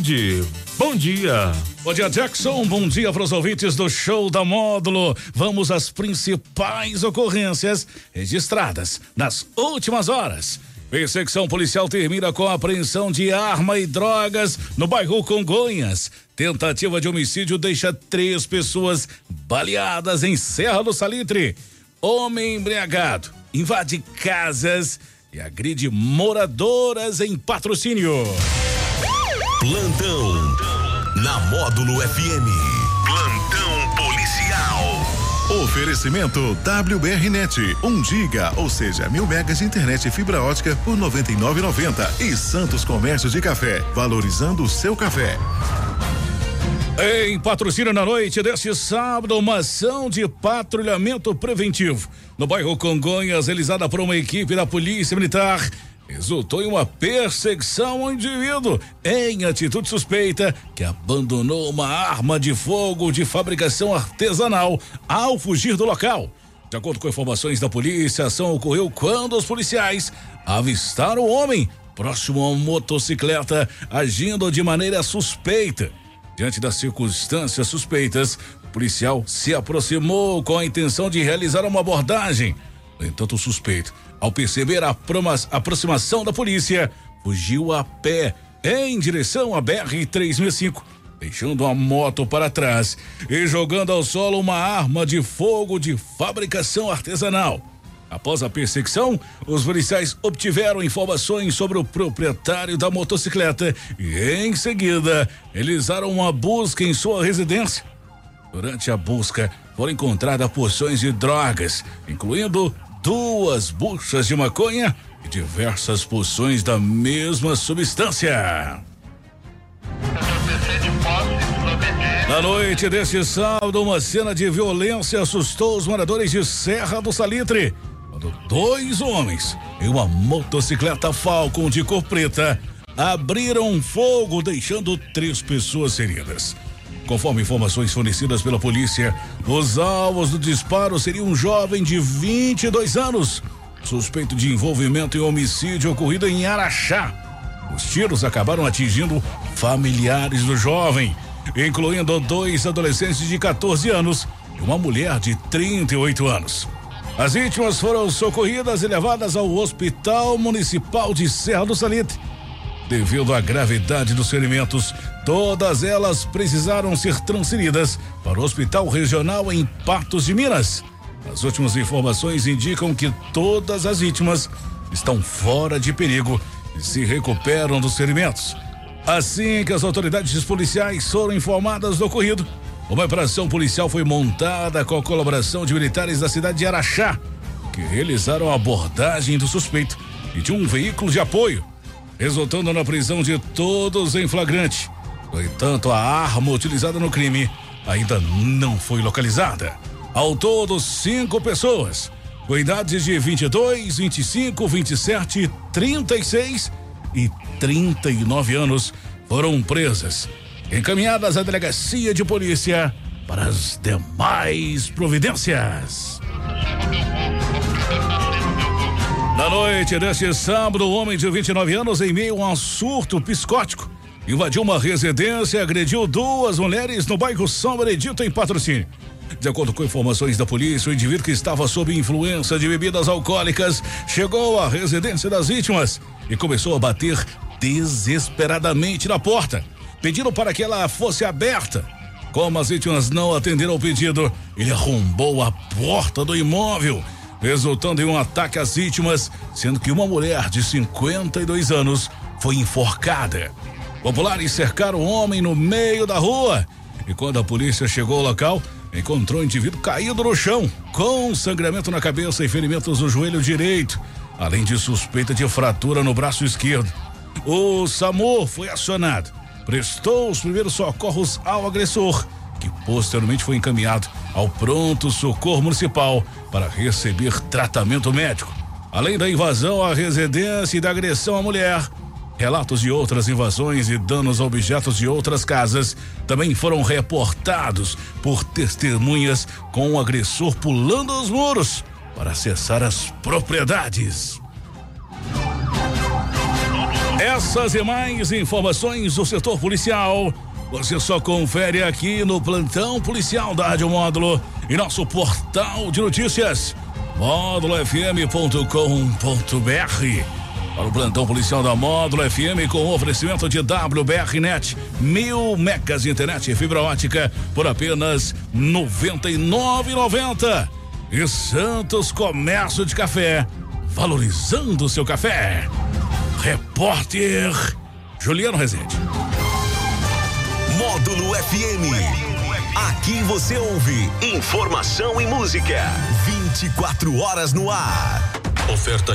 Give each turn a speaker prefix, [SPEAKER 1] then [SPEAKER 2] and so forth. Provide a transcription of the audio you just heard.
[SPEAKER 1] cidade. Bom dia.
[SPEAKER 2] Bom dia, Jackson. Bom dia para os ouvintes do Show da Módulo. Vamos às principais ocorrências registradas nas últimas horas. Perseguição policial termina com a apreensão de arma e drogas no bairro Congonhas. Tentativa de homicídio deixa 3 pessoas baleadas em Serra do Salitre. Homem embriagado invade casas e agride moradoras em Patrocínio.
[SPEAKER 3] Plantão na Módulo FM. Plantão policial. Oferecimento WBRnet, 1 giga, ou seja, 1000 megas de internet e fibra ótica por R$ 99,90. E Santos Comércio de Café, valorizando o seu café.
[SPEAKER 2] Em Patrocínio, na noite deste sábado, uma ação de patrulhamento preventivo no bairro Congonhas, realizada por uma equipe da Polícia Militar, resultou em uma perseguição ao indivíduo em atitude suspeita que abandonou uma arma de fogo de fabricação artesanal ao fugir do local. De acordo com informações da polícia, a ação ocorreu quando os policiais avistaram o homem próximo a uma motocicleta agindo de maneira suspeita. Diante das circunstâncias suspeitas, o policial se aproximou com a intenção de realizar uma abordagem. No entanto, o suspeito, ao perceber a aproximação da polícia, fugiu a pé em direção à BR-365, deixando a moto para trás e jogando ao solo uma arma de fogo de fabricação artesanal. Após a perseguição, os policiais obtiveram informações sobre o proprietário da motocicleta e, em seguida, realizaram uma busca em sua residência. Durante a busca, foram encontradas porções de drogas, incluindo 2 buchas de maconha e diversas porções da mesma substância. Na noite deste sábado, uma cena de violência assustou os moradores de Serra do Salitre, quando 2 homens em uma motocicleta Falcon de cor preta abriram fogo, deixando 3 pessoas feridas. Conforme informações fornecidas pela polícia, os alvos do disparo seriam um jovem de 22 anos, suspeito de envolvimento em homicídio ocorrido em Araxá. Os tiros acabaram atingindo familiares do jovem, incluindo 2 adolescentes de 14 anos e uma mulher de 38 anos. As vítimas foram socorridas e levadas ao Hospital Municipal de Serra do Salitre. Devido à gravidade dos ferimentos, todas elas precisaram ser transferidas para o Hospital Regional em Patos de Minas. As últimas informações indicam que todas as vítimas estão fora de perigo e se recuperam dos ferimentos. Assim que as autoridades policiais foram informadas do ocorrido, uma operação policial foi montada com a colaboração de militares da cidade de Araxá, que realizaram a abordagem do suspeito e de um veículo de apoio, resultando na prisão de todos em flagrante. No entanto, a arma utilizada no crime ainda não foi localizada. Ao todo, 5 pessoas, com idades de 22, 25, 27, 36 e 39 anos, foram presas, encaminhadas à delegacia de polícia para as demais providências. Na noite deste sábado, um homem de 29 anos, em meio a um surto psicótico, invadiu uma residência e agrediu 2 mulheres no bairro São Benedito, em Patrocínio. De acordo com informações da polícia, o indivíduo, que estava sob influência de bebidas alcoólicas, chegou à residência das vítimas e começou a bater desesperadamente na porta, pedindo para que ela fosse aberta. Como as vítimas não atenderam ao pedido, ele arrombou a porta do imóvel, resultando em um ataque às vítimas, sendo que uma mulher de 52 anos foi enforcada. Populares cercaram o homem no meio da rua e, quando a polícia chegou ao local, encontrou o indivíduo caído no chão, com sangramento na cabeça e ferimentos no joelho direito, além de suspeita de fratura no braço esquerdo. O SAMU foi acionado, prestou os primeiros socorros ao agressor, que posteriormente foi encaminhado ao Pronto Socorro Municipal para receber tratamento médico. Além da invasão à residência e da agressão à mulher, relatos de outras invasões e danos a objetos de outras casas também foram reportados por testemunhas, com o agressor pulando os muros para acessar as propriedades. Essas e mais informações do setor policial você só confere aqui no Plantão Policial da Rádio Módulo e nosso portal de notícias módulofm.com.br. Para o Plantão Policial da Módulo FM com oferecimento de WBRnet, 1000 megas de internet e fibra ótica por apenas R$ 99,90. E Santos Comércio de Café, valorizando o seu café. Repórter Juliano Rezende.
[SPEAKER 4] Módulo FM. Aqui você ouve informação e música. 24 horas no ar. Oferta